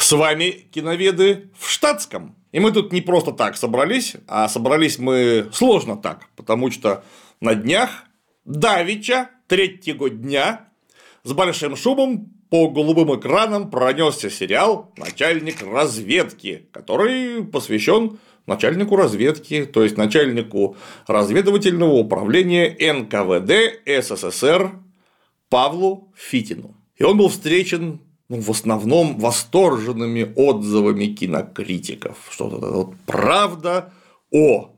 С вами киноведы в штатском. И мы тут не просто так собрались, а собрались мы сложно так, потому что на днях, давеча, 3-го дня, с большим шумом по голубым экранам пронесся сериал «Начальник разведки», который посвящен начальнику разведки, то есть начальнику разведывательного управления НКВД СССР Павлу Фитину. И он был встречен в основном восторженными отзывами кинокритиков. Что-то вот правда о.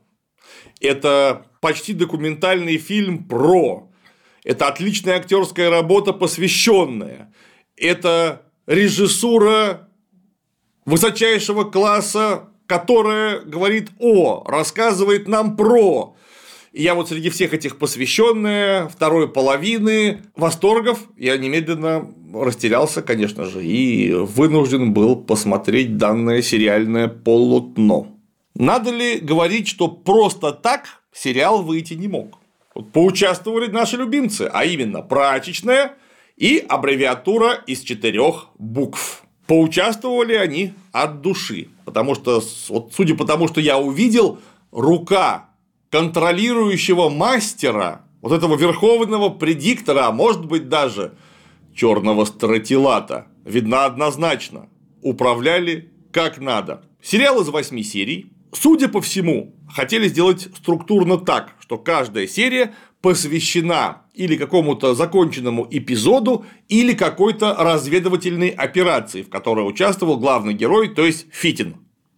Это почти документальный фильм про. Это отличная актерская работа, посвященная. Это режиссура высочайшего класса, которая говорит о, рассказывает нам про. И я вот среди всех этих посвященные второй половины восторгов я немедленно растерялся, конечно же, и вынужден был посмотреть данное сериальное полотно. Надо ли говорить, что просто так сериал выйти не мог? Вот поучаствовали наши любимцы, а именно прачечная и аббревиатура из 4 букв. Поучаствовали они от души, потому что, вот, судя по тому, что я увидел, рука контролирующего мастера, вот этого верховного предиктора, а может быть даже черного стратилата, видна однозначно. Управляли как надо. Сериал из 8 серий. Судя по всему, хотели сделать структурно так, что каждая серия посвящена или какому-то законченному эпизоду, или какой-то разведывательной операции, в которой участвовал главный герой, то есть Фитин.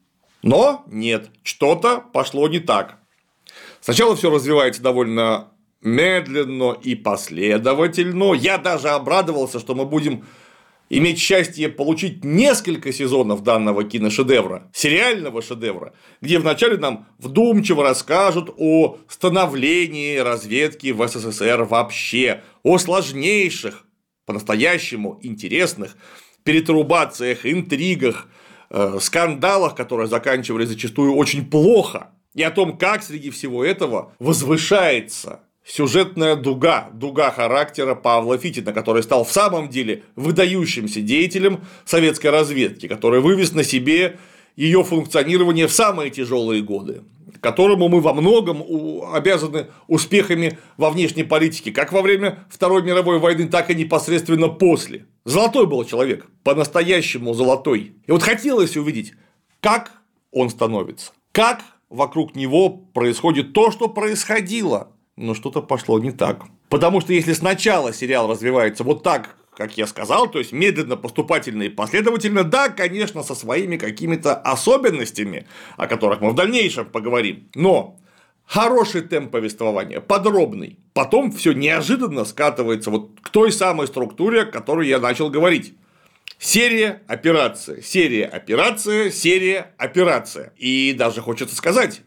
Но нет, что-то пошло не так. Сначала все развивается довольно медленно и последовательно. Я даже обрадовался, что мы будем иметь счастье получить несколько сезонов данного киношедевра, сериального шедевра, где вначале нам вдумчиво расскажут о становлении разведки в СССР вообще, о сложнейших, по-настоящему интересных перетрубациях, интригах, скандалах, которые заканчивались зачастую очень плохо, и о том, как среди всего этого возвышается сюжетная дуга характера Павла Фитина, который стал в самом деле выдающимся деятелем советской разведки, который вывез на себе ее функционирование в самые тяжелые годы, которому мы во многом обязаны успехами во внешней политике, как во время Второй мировой войны, так и непосредственно после. Золотой был человек, по-настоящему золотой. И вот хотелось увидеть, как он становится, как вокруг него происходит то, что происходило. Но что-то пошло не так. Потому что если сначала сериал развивается вот так, как я сказал, то есть медленно, поступательно и последовательно, да, конечно, со своими какими-то особенностями, о которых мы в дальнейшем поговорим, но хороший темп повествования, подробный, потом все неожиданно скатывается вот к той самой структуре, о которой я начал говорить. Серия, операция, серия, операция, серия, операция. И даже хочется сказать: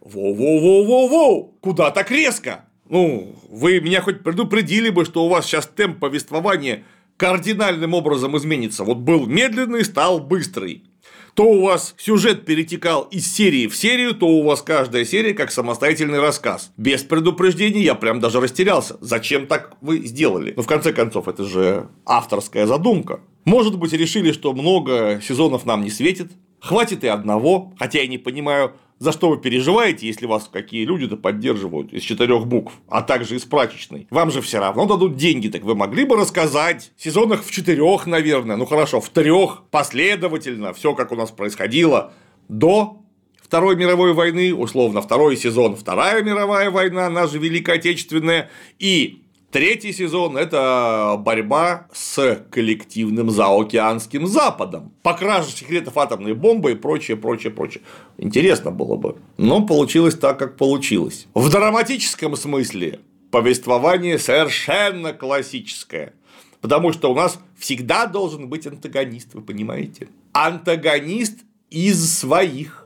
воу, куда так резко? Ну, вы меня хоть предупредили бы, что у вас сейчас темп повествования кардинальным образом изменится. Вот был медленный, стал быстрый. То у вас сюжет перетекал из серии в серию, то у вас каждая серия как самостоятельный рассказ. Без предупреждений я прям даже растерялся. Зачем так вы сделали? Ну, в конце концов, это же авторская задумка. Может быть, решили, что много сезонов нам не светит. Хватит и одного, хотя я не понимаю, за что вы переживаете, если вас какие люди-то поддерживают из 4 букв, а также из прачечной. Вам же все равно дадут деньги, так вы могли бы рассказать в сезонах в 4, наверное, ну хорошо, в 3 последовательно все, как у нас происходило до Второй мировой войны, условно, 2 сезон, Вторая мировая война, она же Великая Отечественная, и 3 сезон – это борьба с коллективным заокеанским Западом, по краже секретов атомной бомбы и прочее. Интересно было бы, но получилось так, как получилось. В драматическом смысле повествование совершенно классическое, потому что у нас всегда должен быть антагонист, вы понимаете? Антагонист из своих.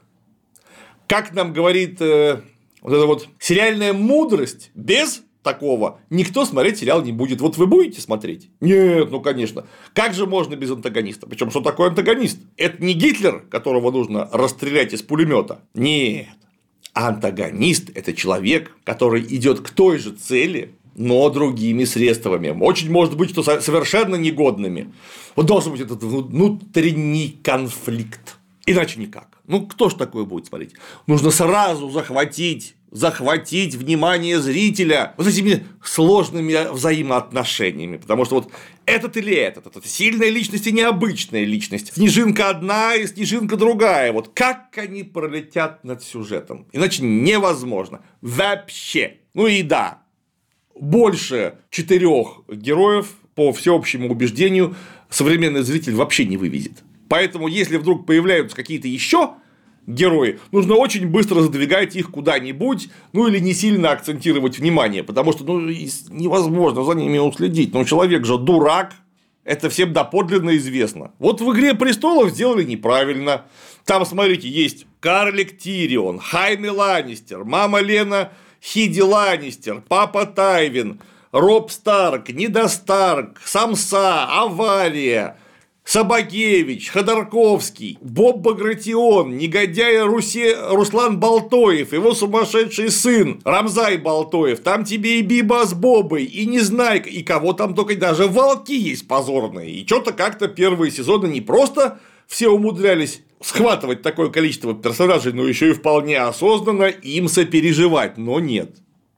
Как нам говорит вот эта вот сериальная мудрость, без такого никто смотреть сериал не будет. Вот вы будете смотреть? Нет, ну конечно. Как же можно без антагониста? Причем что такое антагонист? Это не Гитлер, которого нужно расстрелять из пулемета. Нет. Антагонист – это человек, который идет к той же цели, но другими средствами. Очень может быть, что совершенно негодными. Вот должен быть этот внутренний конфликт. Иначе никак. Ну, кто ж такое будет смотреть? Нужно сразу захватить внимание зрителя вот этими сложными взаимоотношениями. Потому что вот этот или этот, это сильная личность и необычная личность. Снежинка одна и снежинка другая. Вот как они пролетят над сюжетом? Иначе невозможно. Вообще. Ну и да, больше 4 героев, по всеобщему убеждению, современный зритель вообще не вывезет. Поэтому, если вдруг появляются какие-то еще герои, нужно очень быстро задвигать их куда-нибудь, ну или не сильно акцентировать внимание, потому что невозможно за ними уследить. Но человек же дурак, это всем доподлинно известно. Вот в «Игре престолов» сделали неправильно. Там, смотрите, есть карлик Тирион, Хайме Ланнистер, мама Лена Хиди Ланнистер, папа Тайвин, Роб Старк, Неда Старк, Самса, Авария, Сабагевич, Ходорковский, Боб Багратион, негодяй Руслан Балтоев, его сумасшедший сын Рамзай Балтоев, там тебе и Биба с Бобой, и Незнайка, и кого там только, даже волки есть позорные. И что-то как-то первые сезоны не просто все умудрялись схватывать такое количество персонажей, но еще и вполне осознанно им сопереживать, но нет.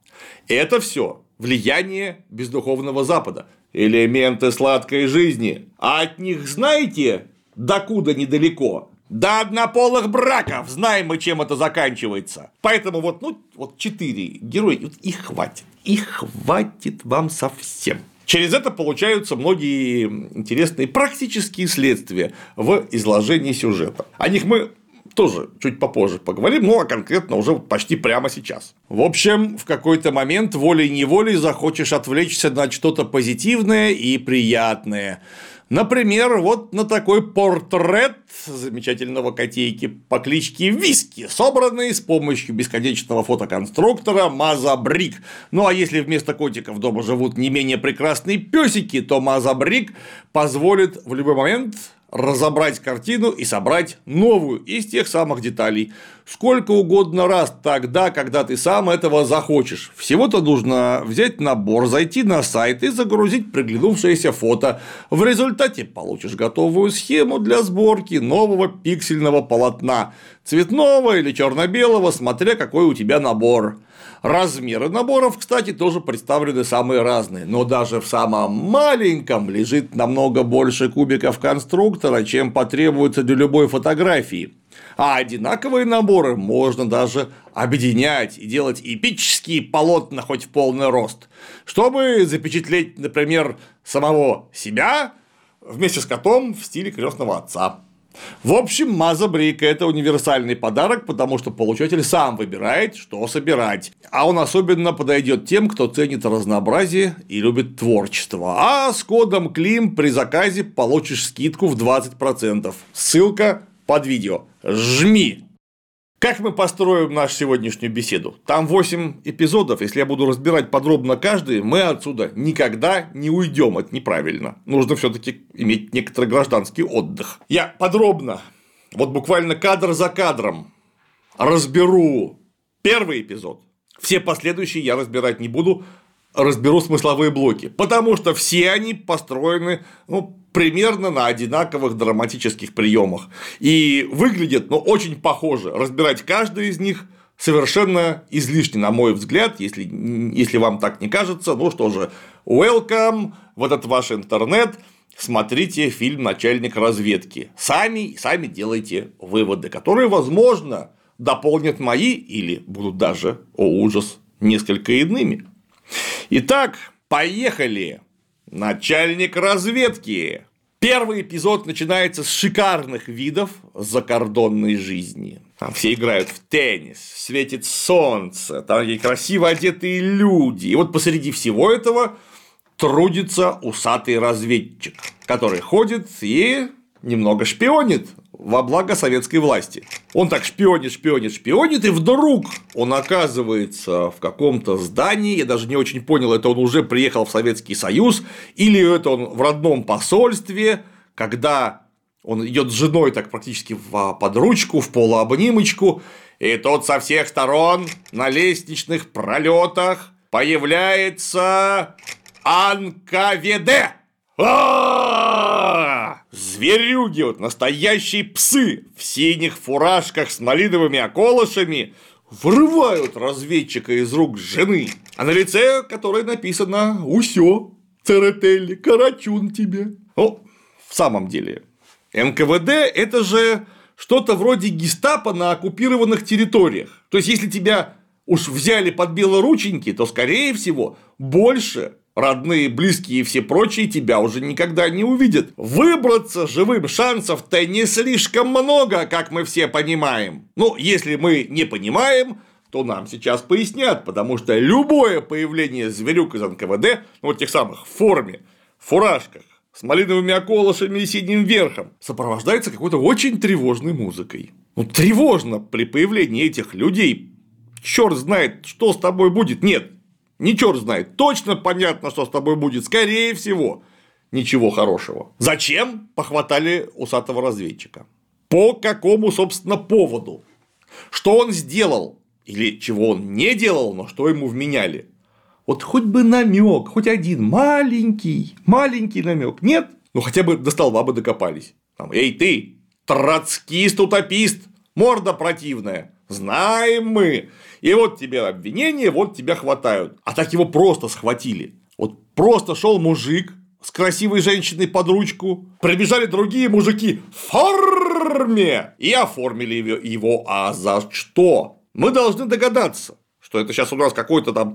Это все влияние бездуховного Запада. Элементы сладкой жизни. А от них знаете, докуда недалеко? До однополых браков. Знаем мы, чем это заканчивается. Поэтому вот 4 героя, их хватит. Их хватит вам совсем. Через это получаются многие интересные практические следствия в изложении сюжета. О них мы тоже чуть попозже поговорим, а конкретно уже почти прямо сейчас. В общем, в какой-то момент волей-неволей захочешь отвлечься на что-то позитивное и приятное. Например, вот на такой портрет замечательного котейки по кличке Виски, собранный с помощью бесконечного фотоконструктора Мазабрик. Ну а если вместо котиков дома живут не менее прекрасные песики, то Мазабрик позволит в любой момент разобрать картину и собрать новую из тех самых деталей. Сколько угодно раз тогда, когда ты сам этого захочешь. Всего-то нужно взять набор, зайти на сайт и загрузить приглянувшееся фото. В результате получишь готовую схему для сборки нового пиксельного полотна. Цветного или черно-белого, смотря какой у тебя набор. Размеры наборов, кстати, тоже представлены самые разные, но даже в самом маленьком лежит намного больше кубиков конструктора, чем потребуется для любой фотографии. А одинаковые наборы можно даже объединять и делать эпические полотна хоть в полный рост, чтобы запечатлеть, например, самого себя вместе с котом в стиле крестного отца. В общем, Мазабрик – это универсальный подарок, потому что получатель сам выбирает, что собирать. А он особенно подойдет тем, кто ценит разнообразие и любит творчество. А с кодом КЛИМ при заказе получишь скидку в 20%. Ссылка под видео. Жми! Как мы построим нашу сегодняшнюю беседу? Там 8 эпизодов, если я буду разбирать подробно каждый, мы отсюда никогда не уйдем, это неправильно. Нужно все-таки иметь некоторый гражданский отдых. Я подробно, вот буквально кадр за кадром, разберу первый эпизод. Все последующие я разбирать не буду, разберу смысловые блоки, потому что все они построены примерно на одинаковых драматических приемах и выглядят очень похоже. Разбирать каждый из них совершенно излишне, на мой взгляд, если вам так не кажется. Ну что же, welcome в этот ваш интернет. Смотрите фильм «Начальник разведки». Сами делайте выводы, которые, возможно, дополнят мои или будут даже, о ужас, несколько иными. Итак, поехали. Начальник разведки. Первый эпизод начинается с шикарных видов закордонной жизни. Там все играют в теннис, светит солнце, там такие красиво одетые люди. И вот посреди всего этого трудится усатый разведчик, который ходит и немного шпионит во благо советской власти. Он так шпионит, и вдруг он оказывается в каком-то здании, я даже не очень понял, это он уже приехал в Советский Союз, или это он в родном посольстве, когда он идет с женой так практически под ручку, в полуобнимочку, и тут со всех сторон на лестничных пролетах появляется НКВД. Зверюги, вот настоящие псы в синих фуражках с малиновыми околышами вырывают разведчика из рук жены, а на лице которой написано «Усё, Церетели, карачун тебе». Ну, в самом деле, НКВД – это же что-то вроде гестапо на оккупированных территориях. То есть, если тебя уж взяли под белорученьки, то, скорее всего, больше родные, близкие и все прочие тебя уже никогда не увидят. Выбраться живым шансов-то не слишком много, как мы все понимаем. Ну, если мы не понимаем, то нам сейчас пояснят, потому что любое появление зверюк из НКВД, ну, вот тех самых в форме, в фуражках, с малиновыми околышами и синим верхом, сопровождается какой-то очень тревожной музыкой. Ну, тревожно при появлении этих людей. Черт знает, что с тобой будет. Нет, не черт знает. Точно понятно, что с тобой будет. Скорее всего, ничего хорошего. Зачем похватали усатого разведчика? По какому, собственно, поводу? Что он сделал? Или чего он не делал, но что ему вменяли? Вот хоть бы намек, хоть один маленький намек. Нет? Ну хотя бы до столба бы докопались. Там, эй ты, троцкист-утопист, морда противная. Знаем мы. И вот тебе обвинение, вот тебя хватают. А так его просто схватили. Вот просто шел мужик с красивой женщиной под ручку, прибежали другие мужики в форме и оформили его. А за что? Мы должны догадаться, что это сейчас у нас какой-то там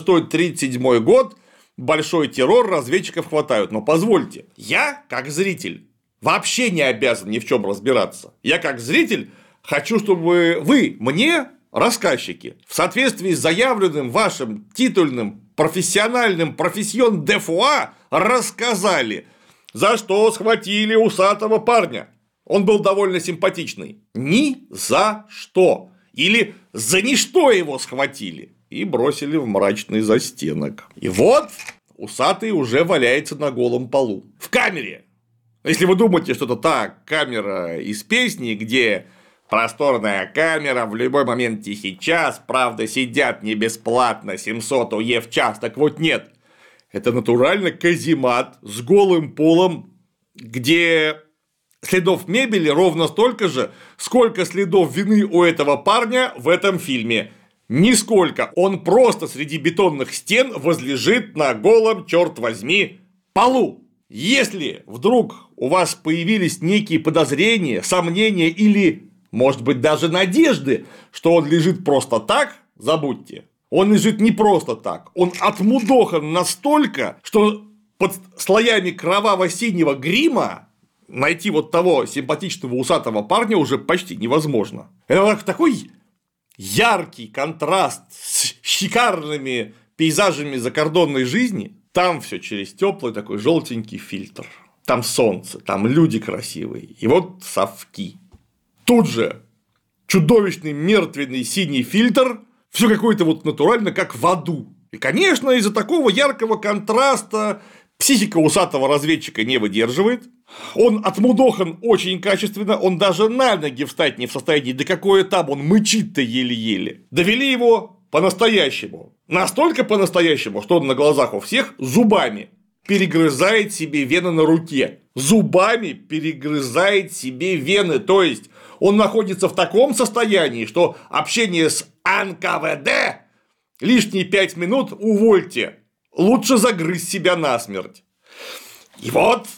36-37 год, большой террор, разведчиков хватают. Но позвольте, я, как зритель, вообще не обязан ни в чем разбираться. Я, как зритель, хочу, чтобы вы мне, рассказчики, в соответствии с заявленным вашим титульным профессиональным профессион де фуа рассказали, за что схватили усатого парня. Он был довольно симпатичный. Ни за что. Или за ничто его схватили и бросили в мрачный застенок. И вот усатый уже валяется на голом полу. В камере. Если вы думаете, что это та камера из песни, где просторная камера, в любой момент тихий час, правда, сидят не бесплатно 700 УЕ в час, так вот нет. Это натурально каземат с голым полом, где следов мебели ровно столько же, сколько следов вины у этого парня в этом фильме. Нисколько. Он просто среди бетонных стен возлежит на голом, черт возьми, полу. Если вдруг у вас появились некие подозрения, сомнения или, может быть, даже надежды, что он лежит просто так, забудьте. Он лежит не просто так. Он отмудохан настолько, что под слоями кроваво-синего грима найти вот того симпатичного усатого парня уже почти невозможно. Это такой яркий контраст с шикарными пейзажами закордонной жизни. Там все через теплый такой желтенький фильтр. Там солнце, там люди красивые. И вот совки. Тут же чудовищный мертвенный синий фильтр. Все какое-то вот натурально как в аду. И, конечно, из-за такого яркого контраста психика усатого разведчика не выдерживает. Он отмудохан очень качественно, он даже на ноги встать не в состоянии, да какое там, он мычит-то еле-еле. Довели его по-настоящему. Настолько по-настоящему, что он на глазах у всех зубами перегрызает себе вены на руке. Зубами перегрызает себе вены. То есть, он находится в таком состоянии, что общение с НКВД лишние 5 минут увольте. Лучше загрызть себя насмерть. И вот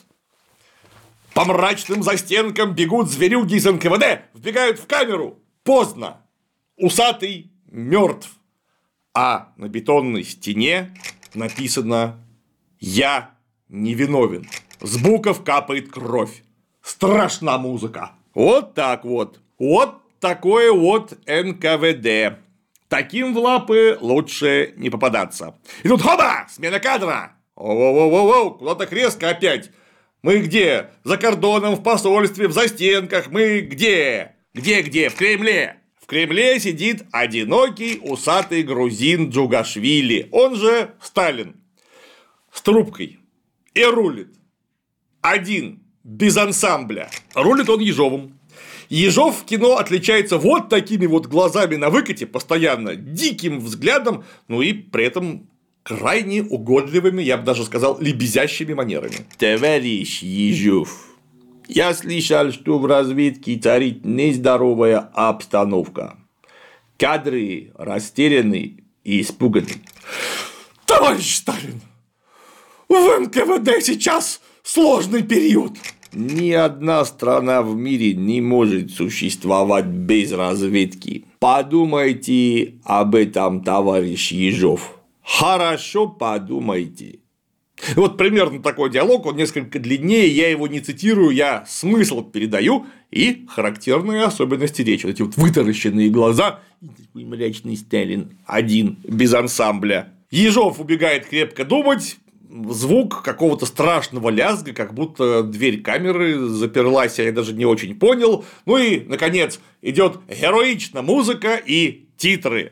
по мрачным застенкам бегут зверюги из НКВД, вбегают в камеру. Поздно. Усатый мертв. А на бетонной стене написано «Я невиновен». С букв капает кровь. Страшна музыка. Вот так вот. Вот такое вот НКВД. Таким в лапы лучше не попадаться. И тут хоба! Смена кадра! Оу-оу-оу-оу, куда так резко опять? Мы где? За кордоном, в посольстве, в застенках. Мы где? Где? В Кремле. В Кремле сидит одинокий усатый грузин Джугашвили, он же Сталин, с трубкой. И рулит. Один, без ансамбля. Рулит он Ежовым. Ежов в кино отличается вот такими вот глазами на выкате постоянно, диким взглядом, ну и при этом крайне угодливыми, я бы даже сказал, лебезящими манерами. Товарищ Ежов, я слышал, что в разведке царит нездоровая обстановка. Кадры растеряны и испуганы. Товарищ Сталин, в НКВД сейчас сложный период. Ни одна страна в мире не может существовать без разведки. Подумайте об этом, товарищ Ежов. Хорошо подумайте. Вот примерно такой диалог, он несколько длиннее, я его не цитирую, я смысл передаю и характерные особенности речи. Вот эти вот вытаращенные глаза, такой мрачный Сталин, один, без ансамбля. Ежов убегает крепко думать, звук какого-то страшного лязга, как будто дверь камеры заперлась, я даже не очень понял. Ну и, наконец, идет героичная музыка и титры.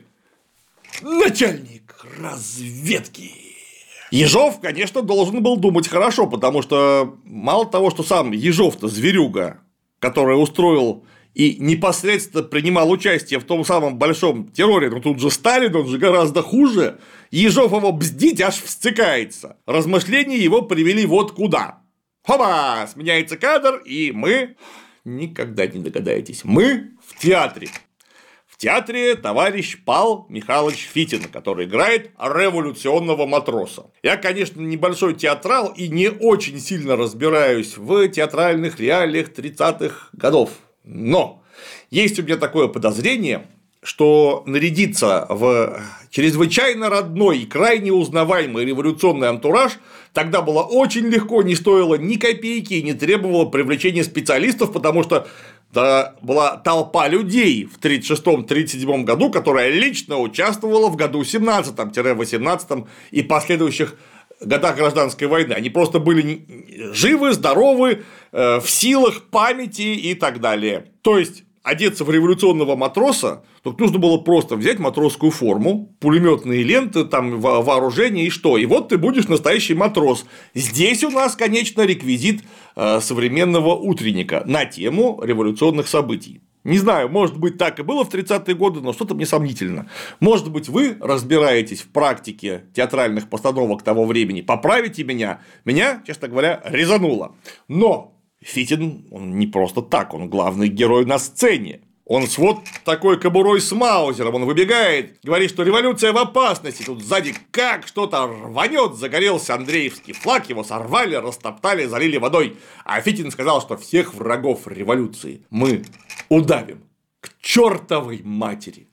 Начальник разведки. Ежов, конечно, должен был думать хорошо, потому что мало того, что сам Ежов-то зверюга, который устроил и непосредственно принимал участие в том самом большом терроре, но тут же Сталин, он же гораздо хуже, Ежов его бздить аж встыкается. Размышления его привели вот куда. Хоба! Сменяется кадр, и мы, никогда не догадаетесь, мы в театре. В театре товарищ Пал Михайлович Фитин, который играет революционного матроса. Я, конечно, небольшой театрал и не очень сильно разбираюсь в театральных реалиях 30-х годов. Но есть у меня такое подозрение, что нарядиться в чрезвычайно родной и крайне узнаваемый революционный антураж тогда было очень легко, не стоило ни копейки и не требовало привлечения специалистов, потому что да, была толпа людей в 1936-1937 году, которая лично участвовала в году 17-18 и последующих годах гражданской войны. Они просто были живы, здоровы, в силах, памяти и так далее. То есть одеться в революционного матроса, тут нужно было просто взять матросскую форму, пулеметные ленты, там вооружение и что. И вот ты будешь настоящий матрос. Здесь у нас, конечно, реквизит современного утренника на тему революционных событий. Не знаю, может быть, так и было в 30-е годы, но что-то мне сомнительно. Может быть, вы разбираетесь в практике театральных постановок того времени, поправите меня. Меня, честно говоря, резануло. Но Фитин, он не просто так, он главный герой на сцене. Он с вот такой кобурой с маузером, он выбегает, говорит, что революция в опасности, тут сзади как что-то рванет, загорелся Андреевский флаг, его сорвали, растоптали, залили водой. А Фитин сказал, что всех врагов революции мы удавим к чертовой матери.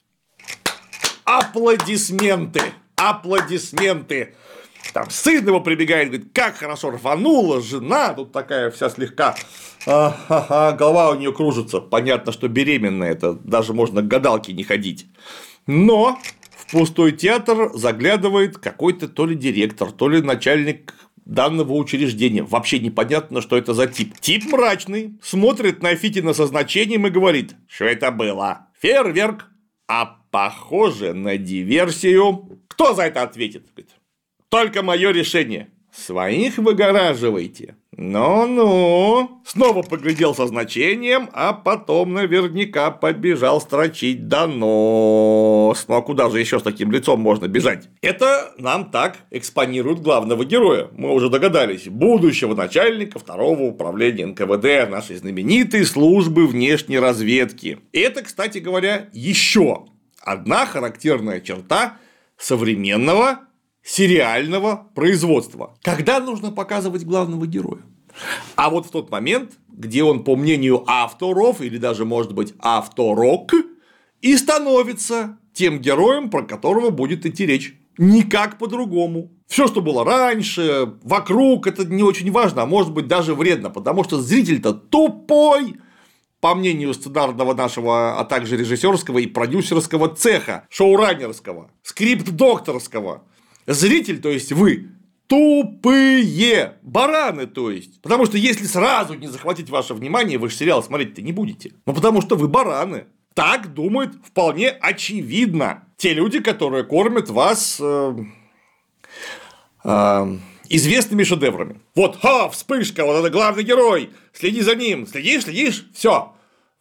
Аплодисменты, аплодисменты. Там сын его прибегает, говорит, как хорошо рванула жена, тут такая вся слегка, голова у нее кружится, понятно, что беременная, это даже можно к гадалке не ходить. Но в пустой театр заглядывает какой-то то ли директор, то ли начальник данного учреждения, вообще непонятно, что это за тип. Тип мрачный, смотрит на Фитина со значением и говорит, что это было фейерверк, а похоже на диверсию. Кто за это ответит? Говорит, только мое решение. Своих выгораживайте. Ну-ну. Снова поглядел со значением, а потом наверняка побежал строчить донос. Ну а куда же еще с таким лицом можно бежать? Это нам так экспонируют главного героя. Мы уже догадались. Будущего начальника 2-го управления НКВД нашей знаменитой службы внешней разведки. И это, кстати говоря, еще одна характерная черта современного сериального производства. Когда нужно показывать главного героя? А вот в тот момент, где он, по мнению авторов, или даже, может быть, авторок, и становится тем героем, про которого будет идти речь. Никак по-другому. Все, что было раньше, вокруг, это не очень важно, а может быть даже вредно, потому что зритель-то тупой. По мнению сценарного нашего, а также режиссерского и продюсерского цеха, шоураннерского, скрипт-докторского. Зритель, то есть вы, тупые бараны, то есть. Потому что если сразу не захватить ваше внимание, вы же сериал смотреть-то не будете. Ну, потому что вы бараны. Так думают вполне очевидно те люди, которые кормят вас известными шедеврами. Вот, вспышка, вот это главный герой, следи за ним, следишь, все.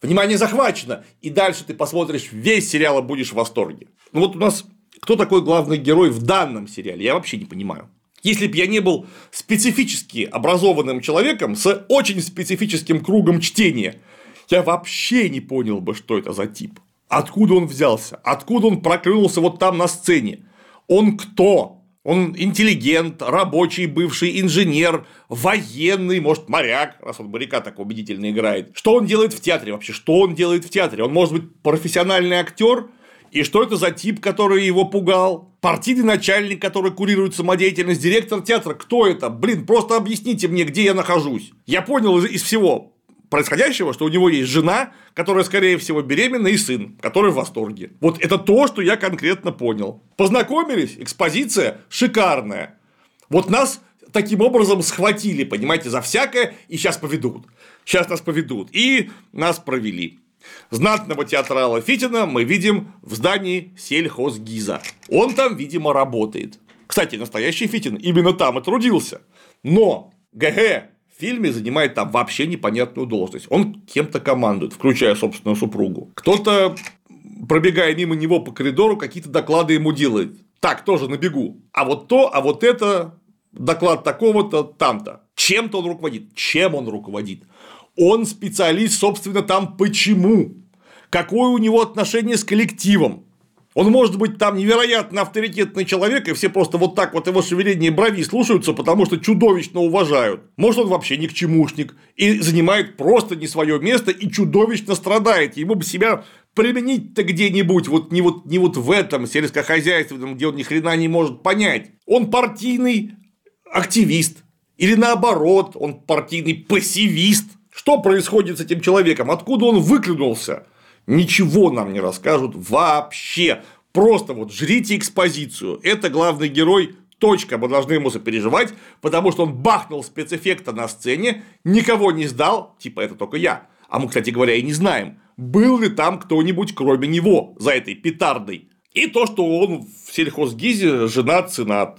Внимание захвачено. И дальше ты посмотришь весь сериал и будешь в восторге. Ну вот у нас кто такой главный герой в данном сериале? Я вообще не понимаю. Если бы я не был специфически образованным человеком с очень специфическим кругом чтения, я вообще не понял бы, что это за тип. Откуда он взялся? Откуда он проклюнулся вот там на сцене? Он кто? Он интеллигент, рабочий, бывший инженер, военный, может, моряк, раз он моряка так убедительно играет. Что он делает в театре вообще? Что он делает в театре? Он может быть профессиональный актер? И что это за тип, который его пугал? Партийный начальник, который курирует самодеятельность, директор театра? Кто это? Блин, просто объясните мне, где я нахожусь. Я понял из всего происходящего, что у него есть жена, которая, скорее всего, беременна, и сын, который в восторге. Вот это то, что я конкретно понял. Познакомились, экспозиция шикарная. Вот нас таким образом схватили, понимаете, за всякое, и сейчас поведут. Сейчас нас поведут. И нас провели. Знатного театрала Фитина мы видим в здании сельхозгиза. Он там, видимо, работает. Кстати, настоящий Фитин именно там и трудился. Но ГГ в фильме занимает там вообще непонятную должность. Он кем-то командует, включая собственную супругу. Кто-то, пробегая мимо него по коридору, какие-то доклады ему делает. Так, тоже на бегу. А вот то, а вот это, доклад такого-то, там-то. Чем-то он руководит. Чем он руководит? Он специалист, собственно, там почему? Какое у него отношение с коллективом? Он может быть там невероятно авторитетный человек, и все просто вот так вот его шевеление брови слушаются, потому что чудовищно уважают. Может, он вообще никчемушник и занимает просто не свое место и чудовищно страдает. Ему бы себя применить-то где-нибудь, вот не вот в этом сельскохозяйственном, где он ни хрена не может понять. Он партийный активист. Или наоборот, он партийный пассивист. Что происходит с этим человеком? Откуда он выклюнулся? Ничего нам не расскажут вообще. Просто вот жрите экспозицию. Это главный герой. Точка. Мы должны ему сопереживать, потому что он бахнул спецэффекта на сцене, никого не сдал, типа это только я. А мы, кстати говоря, и не знаем, был ли там кто-нибудь кроме него за этой петардой. И то, что он в сельхозгизе женат-сынат.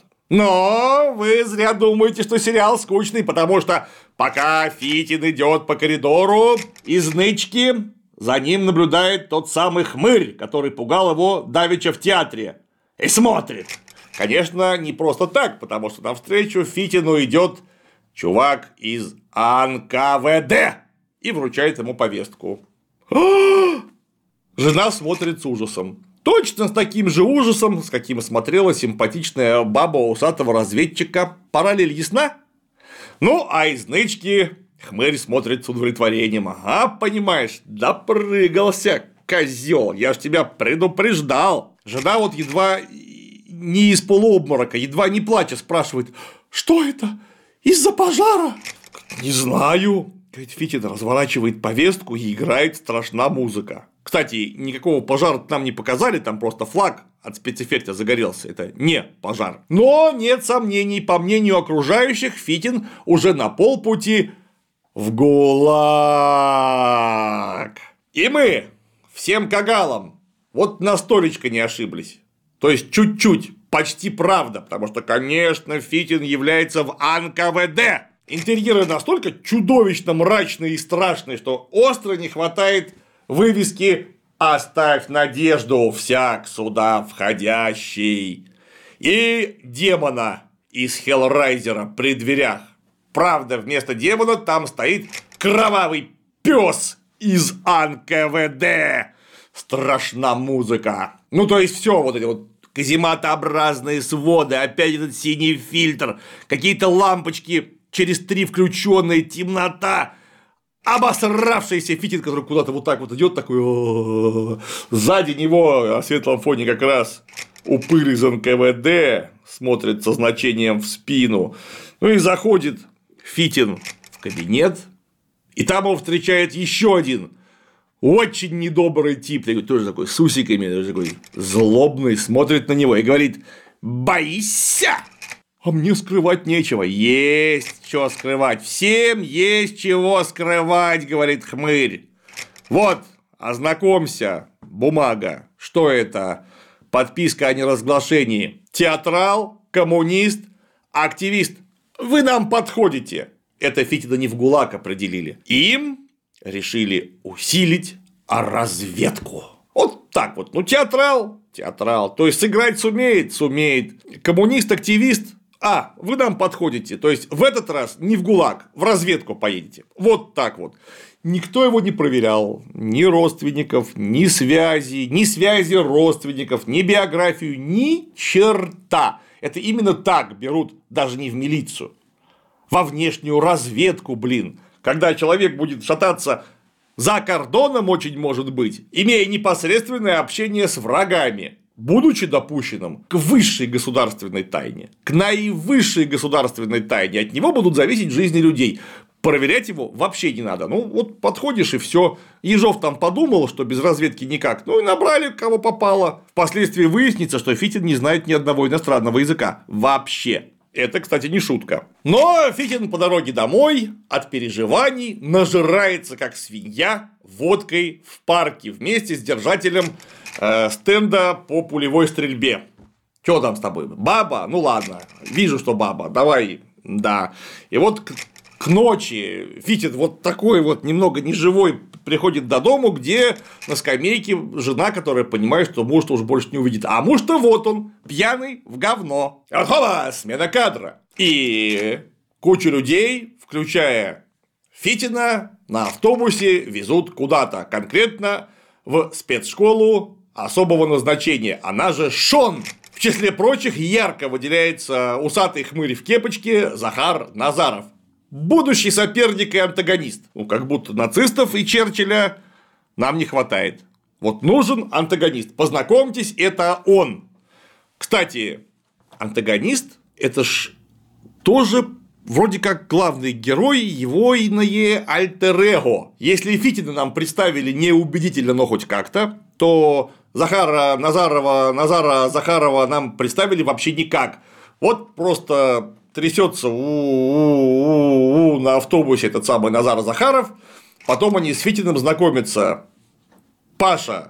Но вы зря думаете, что сериал скучный, потому что пока Фитин идет по коридору из нычки, за ним наблюдает тот самый хмырь, который пугал его давеча в театре. И смотрит. Конечно, не просто так, потому что навстречу Фитину идет чувак из НКВД и вручает ему повестку. Жена смотрит с ужасом. Точно с таким же ужасом, с каким смотрела симпатичная баба усатого разведчика. Параллель ясна? Ну, а из нычки хмырь смотрит с удовлетворением. Ага, понимаешь, допрыгался, козел, я ж тебя предупреждал. Жена вот едва не из полуобморока, едва не плача спрашивает: что это? Из-за пожара? Не знаю. Фитин разворачивает повестку и играет страшна музыка. Кстати, никакого пожара нам не показали, там просто флаг от спецэффекта загорелся. Это не пожар. Но нет сомнений, по мнению окружающих, Фитин уже на полпути в ГУЛАГ. И мы всем кагалам вот настолечко не ошиблись. То есть чуть-чуть, почти правда, потому что, конечно, Фитин является в НКВД. Интерьеры настолько чудовищно мрачные и страшные, что остро не хватает вывески «Оставь надежду, всяк сюда входящий» и демона из Хеллрайзера при дверях. Правда, вместо демона там стоит кровавый пес из НКВД. Страшна музыка. Ну, то есть все вот эти вот казематообразные своды, опять этот синий фильтр, какие-то лампочки через 3 включенные, темнота. Обосравшийся Фитин, который куда-то вот так вот идет, такой, сзади него на светлом фоне как раз упырь из НКВД смотрит со значением в спину. Ну и заходит Фитин в кабинет, и там его встречает еще один очень недобрый тип, тоже такой с усиками, тоже такой злобный, смотрит на него и говорит: боишься? А мне скрывать нечего. Есть что скрывать. Всем есть чего скрывать, говорит хмырь. Вот, ознакомься, бумага. Что это? Подписка о неразглашении. Театрал, коммунист, активист. Вы нам подходите. Это Фитина не в ГУЛАГ определили. Им решили усилить разведку. Вот так вот. Ну, театрал. То есть, сыграть сумеет. Коммунист-активист. Вы нам подходите. То есть, в этот раз не в ГУЛАГ, в разведку поедете. Вот так вот. Никто его не проверял. Ни родственников, ни связи родственников, ни биографию, ни черта. Это именно так берут даже не в милицию. Во внешнюю разведку, Когда человек будет шататься за кордоном, очень может быть, имея непосредственное общение с врагами, будучи допущенным к высшей государственной тайне, к наивысшей государственной тайне, от него будут зависеть жизни людей. Проверять его вообще не надо. Ну, вот подходишь и все. Ежов там подумал, что без разведки никак. Ну, и набрали, кого попало. Впоследствии выяснится, что Фитин не знает ни одного иностранного языка. Вообще. Это, кстати, не шутка. Но Фитин по дороге домой от переживаний нажирается, как свинья, водкой в парке вместе с держателем стенда по пулевой стрельбе. Чё там с тобой? Баба? Ну ладно, вижу, что баба. Давай, да. И вот к ночи Фитин вот такой вот немного неживой приходит до дому, где на скамейке жена, которая понимает, что муж-то уж больше не увидит. А муж-то вот он, пьяный в говно. Хоба, смена кадра. И кучу людей, включая Фитина, на автобусе везут куда-то. Конкретно в спецшколу особого назначения. Она же ШОН. В числе прочих ярко выделяется усатый хмырь в кепочке Захар Назаров. Будущий соперник и антагонист. Ну, как будто нацистов и Черчилля нам не хватает. Вот нужен антагонист. Познакомьтесь, это он. Кстати, антагонист – это ж тоже вроде как главный герой, его иное альтер-эго. Если Фитина нам представили неубедительно, но хоть как-то, то Захара Захарова нам представили вообще никак. Вот просто трясется на автобусе этот самый Назар Захаров, потом они с Фитиным знакомятся. Паша,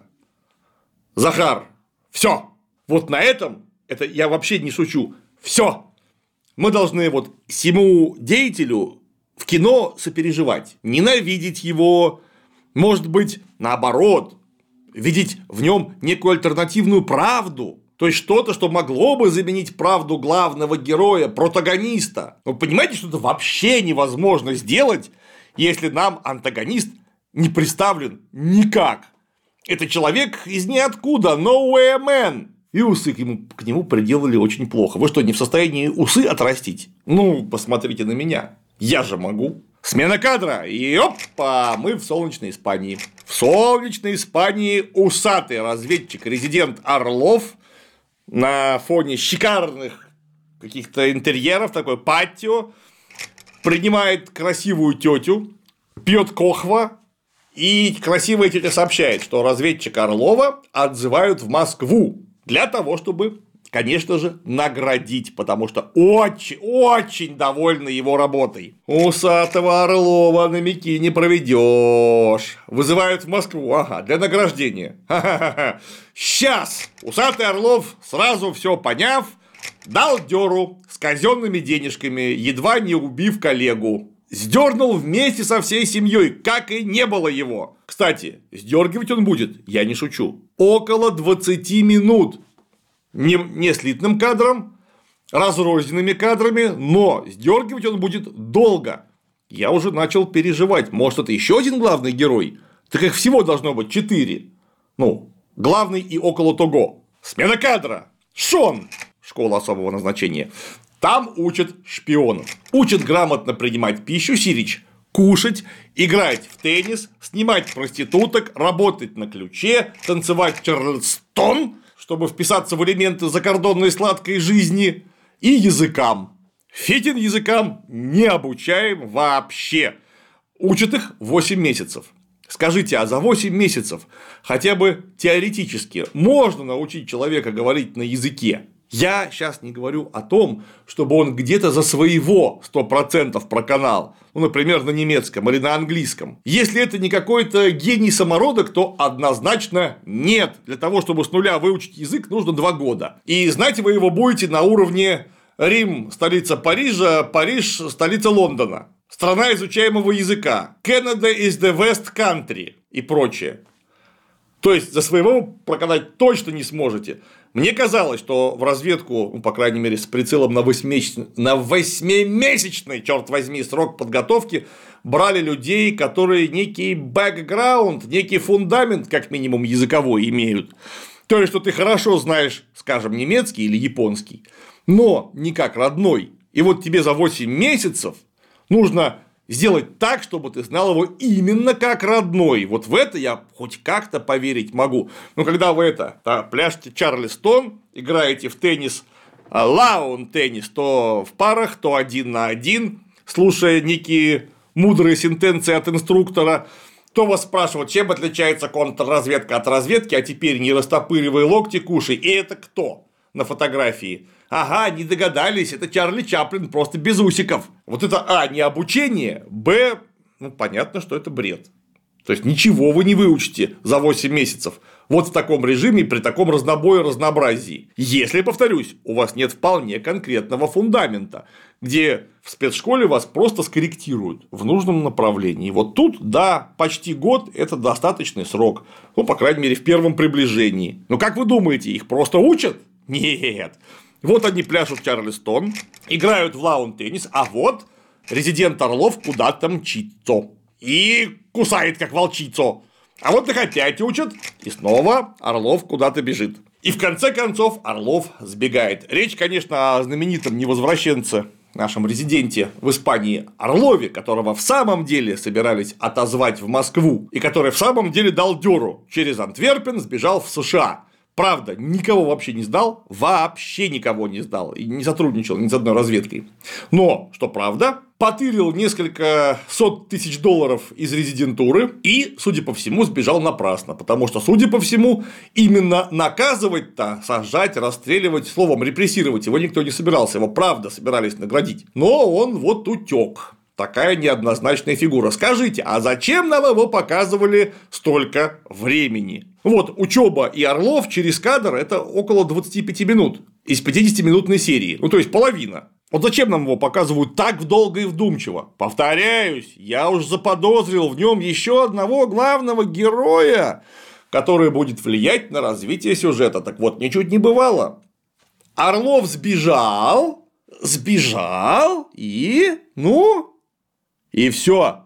Захар, все. Вот на этом, это я вообще не шучу, все. Мы должны вот всему деятелю в кино сопереживать, ненавидеть его, может быть, наоборот, видеть в нем некую альтернативную правду. То есть что-то, что могло бы заменить правду главного героя, протагониста. Вы понимаете, что это вообще невозможно сделать, если нам антагонист не представлен никак. Это человек из ниоткуда, nowhere man. И усы к нему приделали очень плохо. Вы что, не в состоянии усы отрастить? Ну, посмотрите на меня. Я же могу. Смена кадра. И опа, мы в солнечной Испании. В солнечной Испании усатый разведчик, резидент Орлов на фоне шикарных каких-то интерьеров, такой патио, принимает красивую тетю, пьет кохва, и красивая тетя сообщает, что разведчика Орлова отзывают в Москву для того, чтобы, конечно же, наградить, потому что очень довольны его работой. Усатого Орлова на мяки не проведешь. Вызывают в Москву, для награждения. Ха-ха-ха. Сейчас усатый Орлов, сразу все поняв, дал дёру с казенными денежками, едва не убив коллегу. Сдернул вместе со всей семьей, как и не было его. Кстати, сдергивать он будет, я не шучу, около 20 минут. Не слитным кадром, разрозненными кадрами, но сдергивать он будет долго. Я уже начал переживать, может, это еще один главный герой? Так их всего должно быть 4. Ну, главный и около того. Смена кадра. ШОН. Школа особого назначения. Там учат шпионов. Учат грамотно принимать пищу, сирич, кушать, играть в теннис, снимать проституток, работать на ключе, танцевать чарльстон, чтобы вписаться в элементы закордонной сладкой жизни, и языкам. Фитин языкам не обучаем вообще. Учат их 8 месяцев. Скажите, а за 8 месяцев хотя бы теоретически можно научить человека говорить на языке? Я сейчас не говорю о том, чтобы он где-то за своего 100% проканал, ну, например, на немецком или на английском. Если это не какой-то гений самородок, то однозначно нет. Для того, чтобы с нуля выучить язык, нужно 2 года. И знать вы его будете на уровне Рим – столица Парижа, Париж – столица Лондона. страна изучаемого языка, Canada is the West Country и прочее. То есть за своего проканать точно не сможете. Мне казалось, что в разведку, ну, по крайней мере, с прицелом на 8-месячный, черт возьми, срок подготовки брали людей, которые некий бэкграунд, некий фундамент, как минимум, языковой имеют. То есть, что ты хорошо знаешь, скажем, немецкий или японский, но не как родной. И вот тебе за 8 месяцев нужно сделать так, чтобы ты знал его именно как родной. Вот в это я хоть как-то поверить могу. Но когда вы пляшете Чарльстон, играете в теннис, лаун-теннис, то в парах, то 1 на 1, слушая некие мудрые сентенции от инструктора, то вас спрашивают, чем отличается контрразведка от разведки, а теперь не растопыривай локти, кушай. И это кто на фотографии? Ага, не догадались, это Чарли Чаплин, просто без усиков. Вот это не обучение, понятно, что это бред. То есть, ничего вы не выучите за 8 месяцев. Вот в таком режиме, при таком разнобое разнообразии. Если, повторюсь, у вас нет вполне конкретного фундамента, где в спецшколе вас просто скорректируют в нужном направлении. Вот тут, да, почти год – это достаточный срок. Ну, по крайней мере, в первом приближении. Но как вы думаете, их просто учат? Нет. Вот они пляшут Чарльстон, играют в лаун-теннис, а вот резидент Орлов куда-то мчится и кусает, как волчицу. А вот их опять учат, и снова Орлов куда-то бежит. И в конце концов Орлов сбегает. Речь, конечно, о знаменитом невозвращенце, нашем резиденте в Испании Орлове, которого в самом деле собирались отозвать в Москву, и который в самом деле дал дёру, через Антверпен сбежал в США. Правда, никого вообще не сдал, вообще никого не сдал и не сотрудничал ни с одной разведкой. Но, что правда, потырил несколько сот тысяч долларов из резидентуры и, судя по всему, сбежал напрасно, потому что, судя по всему, именно наказывать-то, сажать, расстреливать, словом, репрессировать его никто не собирался, его правда собирались наградить. Но он вот утек. Такая неоднозначная фигура. Скажите, а зачем нам его показывали столько времени? Вот учеба и Орлов через кадр – это около 25 минут из 50-минутной серии. Ну, то есть половина. Вот зачем нам его показывают так долго и вдумчиво? Повторяюсь, я уж заподозрил в нем еще одного главного героя, который будет влиять на развитие сюжета. Так вот, ничуть не бывало. Орлов сбежал и все.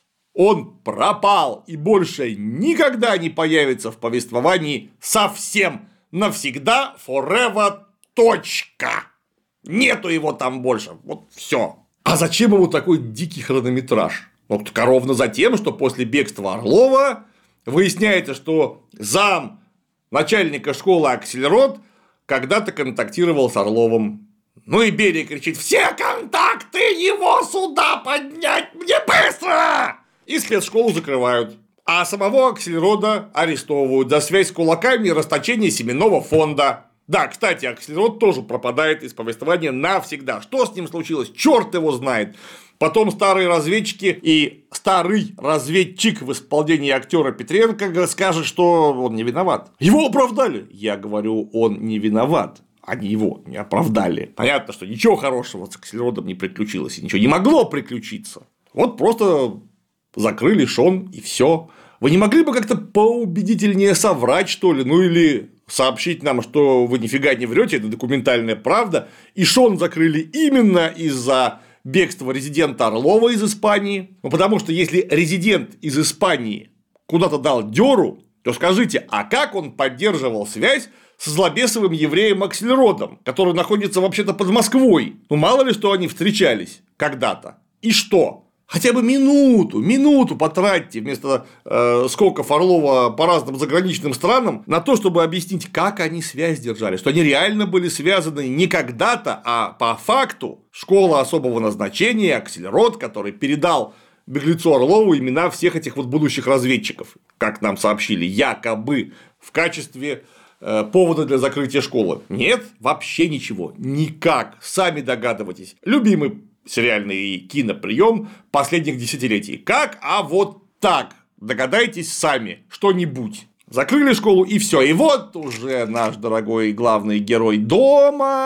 Он пропал и больше никогда не появится в повествовании совсем, навсегда, forever, точка. Нету его там больше, вот все. А зачем ему такой дикий хронометраж? Вот ровно за тем, что после бегства Орлова выясняется, что зам начальника школы Аксельрод когда-то контактировал с Орловым. Ну и Берия кричит: все контакты его сюда поднять, мне быстро! И спецшколу закрывают. А самого Аксельрода арестовывают за связь с кулаками и расточение семенного фонда. Да, кстати, Аксельрод тоже пропадает из повествования навсегда. Что с ним случилось? Черт его знает. Потом старые разведчики и старый разведчик в исполнении актера Петренко скажет, что он не виноват. Его оправдали. Я говорю, он не виноват. Они его не оправдали. Понятно, что ничего хорошего с Аксельродом не приключилось, и ничего не могло приключиться. Вот просто закрыли Шон, и все. Вы не могли бы как-то поубедительнее соврать, что ли? Ну или сообщить нам, что вы нифига не врете, это документальная правда, и Шон закрыли именно из-за бегства резидента Орлова из Испании. Ну, потому что если резидент из Испании куда-то дал дёру, то скажите, а как он поддерживал связь с злобесовым евреем Аксельродом, который находится вообще-то под Москвой? Ну, мало ли, что они встречались когда-то. И что? Хотя бы минуту потратьте вместо скоков Орлова по разным заграничным странам на то, чтобы объяснить, как они связь держали, что они реально были связаны не когда-то, а по факту. Школа особого назначения, Аксельрод, который передал беглецу Орлову имена всех этих вот будущих разведчиков, как нам сообщили, якобы в качестве повода для закрытия школы. Нет, вообще ничего, никак, сами догадывайтесь. Любимый сериальный киноприем последних десятилетий. Как? А вот так. Догадайтесь сами что-нибудь. Закрыли школу и все. И вот уже наш дорогой главный герой дома.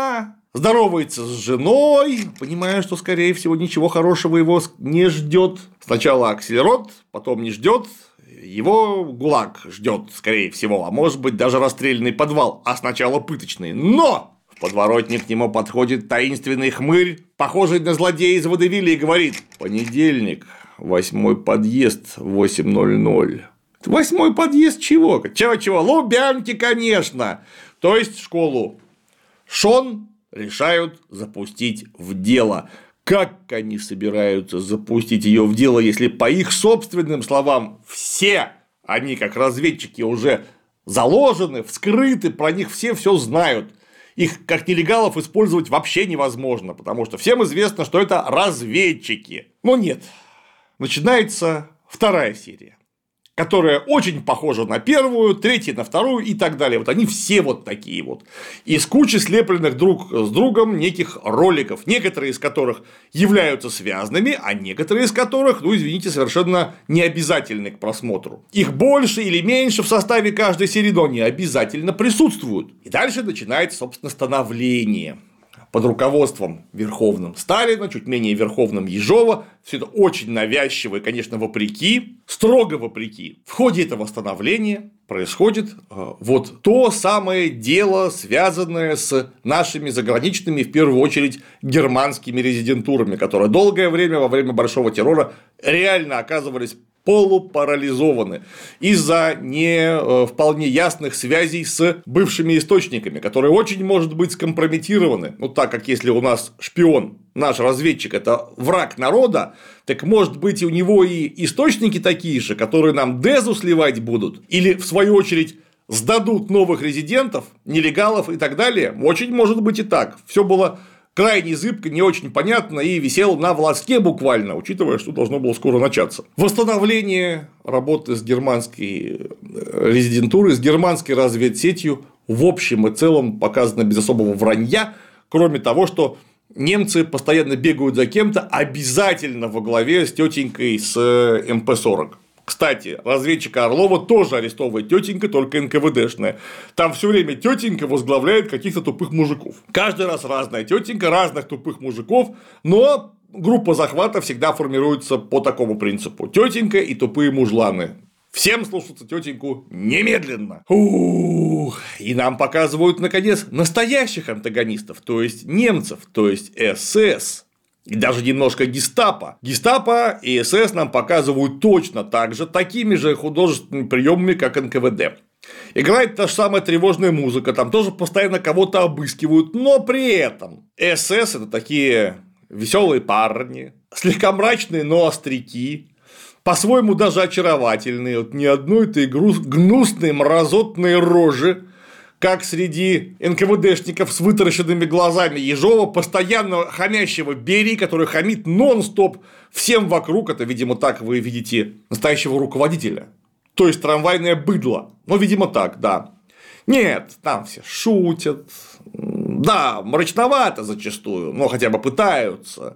здоровается с женой, понимая, что, скорее всего, ничего хорошего его не ждет. Сначала Аксельрод, потом не ждет. Его ГУЛАГ ждет, скорее всего, а может быть даже расстрельный подвал, а сначала пыточный. Но в подворотне к нему подходит таинственный хмырь, похожий на злодея из водевиля, и говорит: понедельник, 8-й подъезд, 8:00. 8-й подъезд чего? Чего? Лубянки, конечно. То есть школу Шон решают запустить в дело. Как они собираются запустить ее в дело, если, по их собственным словам, все они, как разведчики, уже заложены, вскрыты, про них все знают. Их, как нелегалов, использовать вообще невозможно, потому что всем известно, что это разведчики. Но нет. Начинается вторая серия, которая очень похожа на первую, третья на вторую и так далее. Вот они все вот такие вот. Из кучи слепленных друг с другом неких роликов, некоторые из которых являются связанными, а некоторые из которых, ну, извините, совершенно не обязательны к просмотру. Их больше или меньше в составе каждой серии, но они обязательно присутствуют. И дальше начинается, собственно, становление. Под руководством верховным Сталина, чуть менее верховным Ежова. Все это очень навязчиво и, конечно, строго вопреки. В ходе этого становления происходит вот то самое дело, связанное с нашими заграничными, в первую очередь, германскими резидентурами, которые долгое время во время Большого террора реально оказывались полупарализованы из-за не вполне ясных связей с бывшими источниками, которые очень, может быть, скомпрометированы. Ну, так как если у нас шпион, наш разведчик – это враг народа, так может быть, и у него и источники такие же, которые нам дезу сливать будут, или, в свою очередь, сдадут новых резидентов, нелегалов и так далее. Очень может быть и так. Все было крайне зыбко, не очень понятно и висело на волоске буквально, учитывая, что должно было скоро начаться. Восстановление работы с германской резидентурой, с германской разведсетью в общем и целом показано без особого вранья, кроме того, что немцы постоянно бегают за кем-то, обязательно во главе с тетенькой с МП-40. Кстати, разведчика Орлова тоже арестовывает тетенька, только НКВДшная. Там все время тетенька возглавляет каких-то тупых мужиков. Каждый раз разная тетенька, разных тупых мужиков, но группа захвата всегда формируется по такому принципу: тетенька и тупые мужланы. Всем слушаться тетеньку немедленно. И нам показывают, наконец, настоящих антагонистов, то есть немцев, то есть СС. И даже немножко гестапо. Гестапо и СС нам показывают точно так же, такими же художественными приемами, как НКВД. Играет та же самая тревожная музыка, там тоже постоянно кого-то обыскивают, но при этом СС – это такие веселые парни, слегка мрачные, но остряки, по-своему даже очаровательные, вот ни одной этой гнусной мразотной рожи, как среди НКВДшников с вытаращенными глазами Ежова, постоянно хамящего Берии, который хамит нон-стоп всем вокруг. Это, видимо, так вы видите настоящего руководителя. То есть трамвайное быдло. Ну, видимо, так, да. Нет, там все шутят. Да, мрачновато зачастую, но хотя бы пытаются.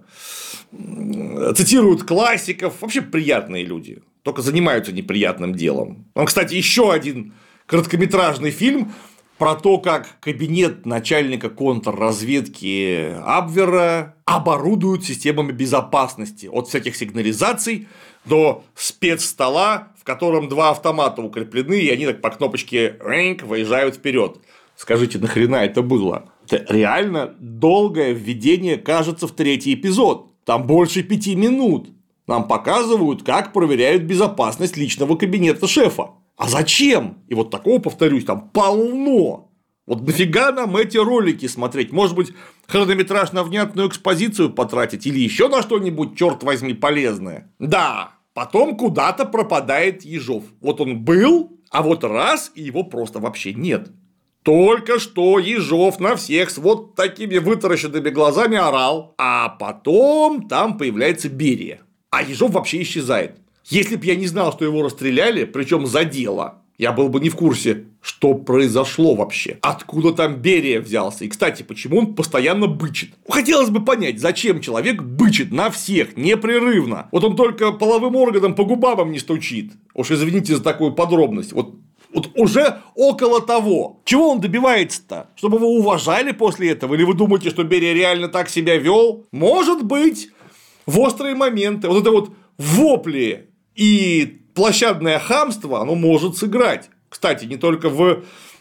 Цитируют классиков. Вообще приятные люди. Только занимаются неприятным делом. Кстати, еще один короткометражный фильм про то, как кабинет начальника контрразведки Абвера оборудуют системами безопасности от всяких сигнализаций до спецстола, в котором 2 автомата укреплены, и они так по кнопочке выезжают вперед. Скажите, нахрена это было? Это реально долгое введение, кажется, в 3-й эпизод. Там больше 5 минут. Нам показывают, как проверяют безопасность личного кабинета шефа. А зачем? И вот такого, повторюсь, там полно. Вот нафига нам эти ролики смотреть? Может быть, хронометраж на внятную экспозицию потратить или еще на что-нибудь, черт возьми, полезное? Да, потом куда-то пропадает Ежов. Вот он был, а вот раз, и его просто вообще нет. Только что Ежов на всех с вот такими вытаращенными глазами орал, а потом там появляется Берия. А Ежов вообще исчезает. Если бы я не знал, что его расстреляли, причем за дело, я был бы не в курсе, что произошло вообще, откуда там Берия взялся. И, кстати, почему он постоянно бычит. Хотелось бы понять, зачем человек бычит на всех непрерывно. Вот он только половым органом по губам не стучит. Уж извините за такую подробность. Вот Вот уже около того. Чего он добивается-то? Чтобы вы уважали после этого? Или вы думаете, что Берия реально так себя вел? Может быть, в острые моменты. Вот это вот вопли и площадное хамство, оно может сыграть. Кстати, не только в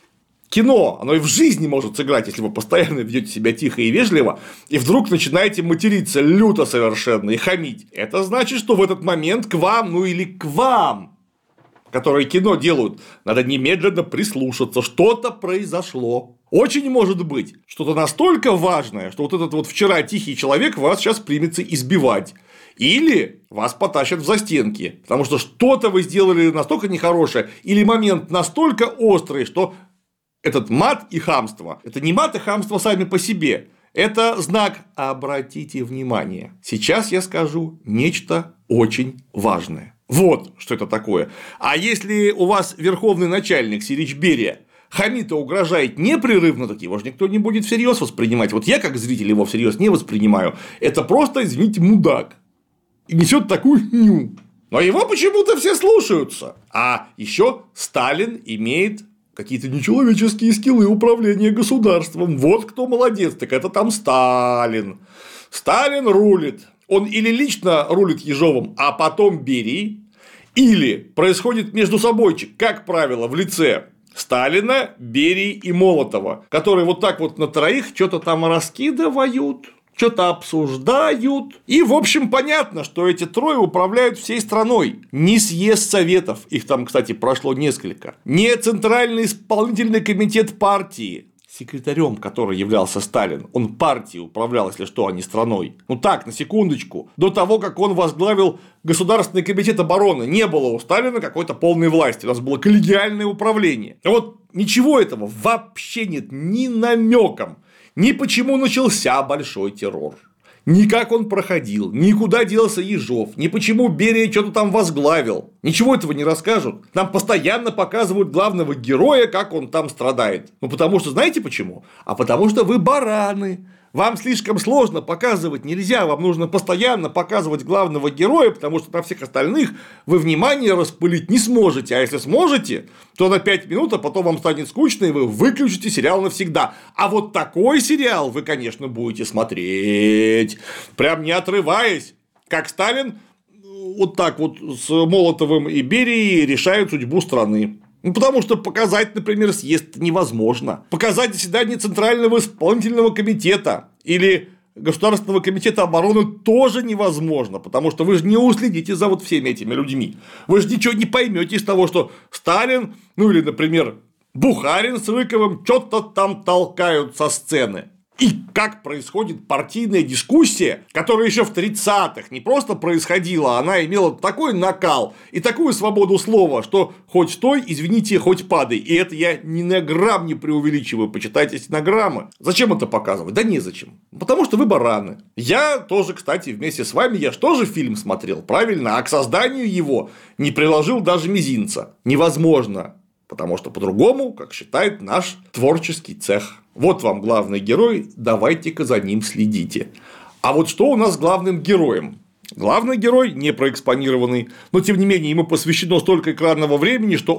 кино, оно и в жизни может сыграть, если вы постоянно ведете себя тихо и вежливо, и вдруг начинаете материться люто совершенно и хамить. Это значит, что в этот момент к вам, ну или к вам, которые кино делают, надо немедленно прислушаться, что-то произошло. Очень может быть что-то настолько важное, что вот этот вот вчера тихий человек вас сейчас примется избивать. Или вас потащат в застенки, потому что что-то вы сделали настолько нехорошее, или момент настолько острый, что этот мат и хамство – это не мат и хамство сами по себе, это знак «обратите внимание». Сейчас я скажу нечто очень важное. Вот что это такое. А если у вас верховный начальник Силич Берия хамит и угрожает непрерывно, так его же никто не будет всерьез воспринимать. Вот я, как зритель, его всерьез не воспринимаю. Это просто, извините, мудак. И несет такую хню. Но его почему-то все слушаются. А еще Сталин имеет какие-то нечеловеческие скиллы управления государством. Вот кто молодец, так это там Сталин. Сталин рулит. Он или лично рулит Ежовым, а потом Берией, или происходит между собойчик, как правило, в лице Сталина, Берии и Молотова, которые вот так вот на троих что-то там раскидывают, что-то обсуждают. И, в общем, понятно, что эти трое управляют всей страной. Не съезд советов, их там, кстати, прошло несколько, не Центральный исполнительный комитет партии, секретарем который являлся Сталин. Он партией управлял, если что, а не страной. Ну так, на секундочку. До того, как он возглавил Государственный комитет обороны, не было у Сталина какой-то полной власти. У нас было коллегиальное управление. А вот ничего этого вообще нет, ни намеком. Ни почему начался большой террор, ни как он проходил, ни куда делся Ежов, ни почему Берия что-то там возглавил. Ничего этого не расскажут. Нам постоянно показывают главного героя, как он там страдает. Ну, потому что, знаете почему? А потому что вы бараны. Вам слишком сложно показывать нельзя, вам нужно постоянно показывать главного героя, потому что на всех остальных вы внимание распылить не сможете, а если сможете, то на 5 минут, а потом вам станет скучно, и вы выключите сериал навсегда. А вот такой сериал вы, конечно, будете смотреть, прям не отрываясь, как Сталин вот так вот с Молотовым и Берией решают судьбу страны. Ну, потому что показать, например, съезд невозможно. Показать заседание Центрального исполнительного комитета или Государственного комитета обороны тоже невозможно, потому что вы же не уследите за вот всеми этими людьми. Вы же ничего не поймете из того, что Сталин, ну или, например, Бухарин с Рыковым что-то там толкают со сцены. И как происходит партийная дискуссия, которая еще в 30-х не просто происходила, она имела такой накал и такую свободу слова, что хоть стой, извините, хоть падай. И это я ни на грамм не преувеличиваю, почитайте стенограммы. Зачем это показывать? Да незачем. Потому что вы бараны. Я тоже, кстати, вместе с вами, я же тоже фильм смотрел, правильно? А к созданию его не приложил даже мизинца. Невозможно. Потому что по-другому, как считает наш творческий цех. Вот вам главный герой, давайте-ка за ним следите. А вот что у нас с главным героем? Главный герой не проэкспонированный, но тем не менее ему посвящено столько экранного времени, что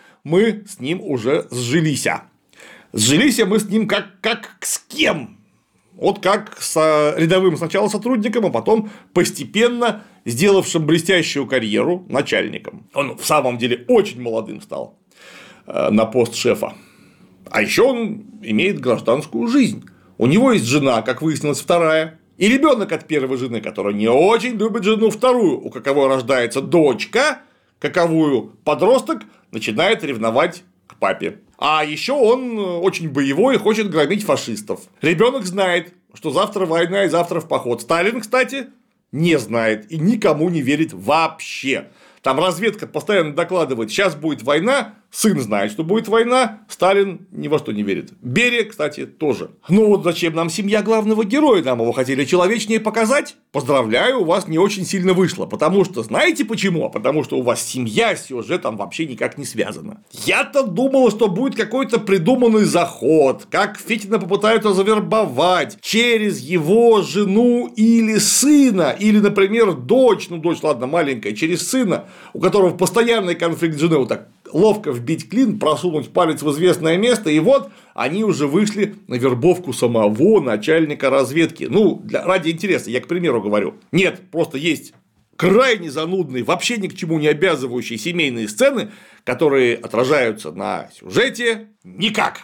мы с ним уже сжились. Сжились мы с ним как с кем? Вот как с рядовым сначала сотрудником, а потом постепенно сделавшим блестящую карьеру начальником. Он в самом деле очень молодым стал на пост шефа. А еще он имеет гражданскую жизнь. У него есть жена, как выяснилось, вторая. И ребенок от первой жены, которая не очень любит жену вторую, у каковой рождается дочка, каковую подросток начинает ревновать к папе. А еще он очень боевой и хочет громить фашистов. Ребенок знает, что завтра война и завтра в поход. Сталин, кстати, не знает и никому не верит вообще. Там разведка постоянно докладывает, сейчас будет война, сын знает, что будет война, Сталин ни во что не верит. Берия, кстати, тоже. Ну вот зачем нам семья главного героя, нам его хотели человечнее показать? Поздравляю, у вас не очень сильно вышло, потому что, знаете почему? А потому что у вас семья с сюжетом вообще никак не связана. Я-то думал, что будет какой-то придуманный заход, как Фитина попытаются завербовать через его жену или сына, или, например, дочь, ну дочь, ладно, маленькая, через сына, у которого постоянный конфликт с женой, вот так ловко вбить клин, просунуть палец в известное место, и вот они уже вышли на вербовку самого начальника разведки. Ну, ради интереса, я к примеру говорю. Нет, просто есть крайне занудные, вообще ни к чему не обязывающие семейные сцены, которые отражаются на сюжете никак.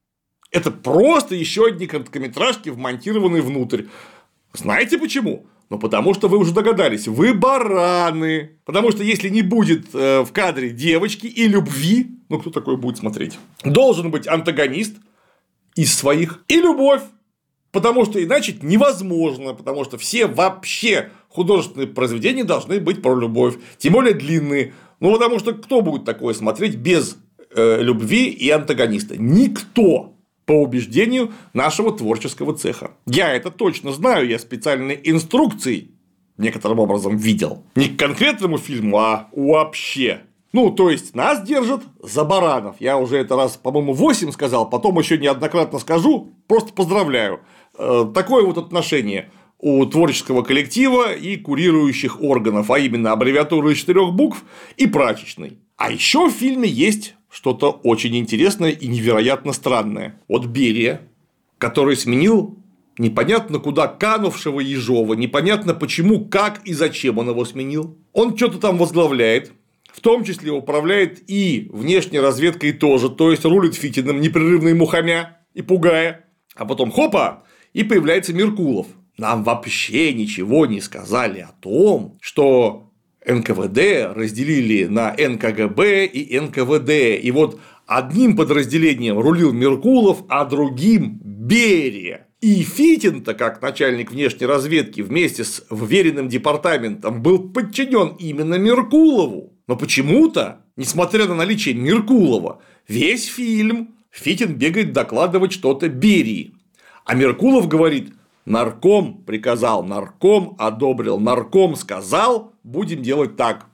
Это просто еще одни короткометражки, вмонтированные внутрь. Знаете почему? Ну, потому что вы уже догадались, вы бараны. Потому что если не будет в кадре девочки и любви, ну, кто такое будет смотреть? Должен быть антагонист из своих и любовь. Потому что иначе невозможно, потому что все вообще художественные произведения должны быть про любовь, тем более длинные. Ну, потому что кто будет такое смотреть без любви и антагониста? Никто. По убеждению нашего творческого цеха. Я это точно знаю, я специальные инструкции некоторым образом видел. Не к конкретному фильму, а вообще. Ну, то есть, нас держат за баранов. Я уже это раз, по-моему, 8 сказал, потом еще неоднократно скажу. Просто поздравляю. Такое вот отношение у творческого коллектива и курирующих органов, а именно аббревиатуры из 4 букв и прачечной. А еще в фильме есть что-то очень интересное и невероятно странное. Вот Берия, который сменил непонятно куда канувшего Ежова, непонятно почему, как и зачем он его сменил. Он что-то там возглавляет, в том числе управляет и внешней разведкой тоже, то есть рулит Фитиным, непрерывно ему хамя и пугая. А потом хопа, и появляется Меркулов. Нам вообще ничего не сказали о том, что НКВД разделили на НКГБ и НКВД. И вот одним подразделением рулил Меркулов, а другим Берия. И Фитин-то, как начальник внешней разведки, вместе с вверенным департаментом был подчинен именно Меркулову. Но почему-то, несмотря на наличие Меркулова, весь фильм Фитин бегает докладывать что-то Берии. А Меркулов говорит: нарком приказал, нарком одобрил, нарком сказал, будем делать так.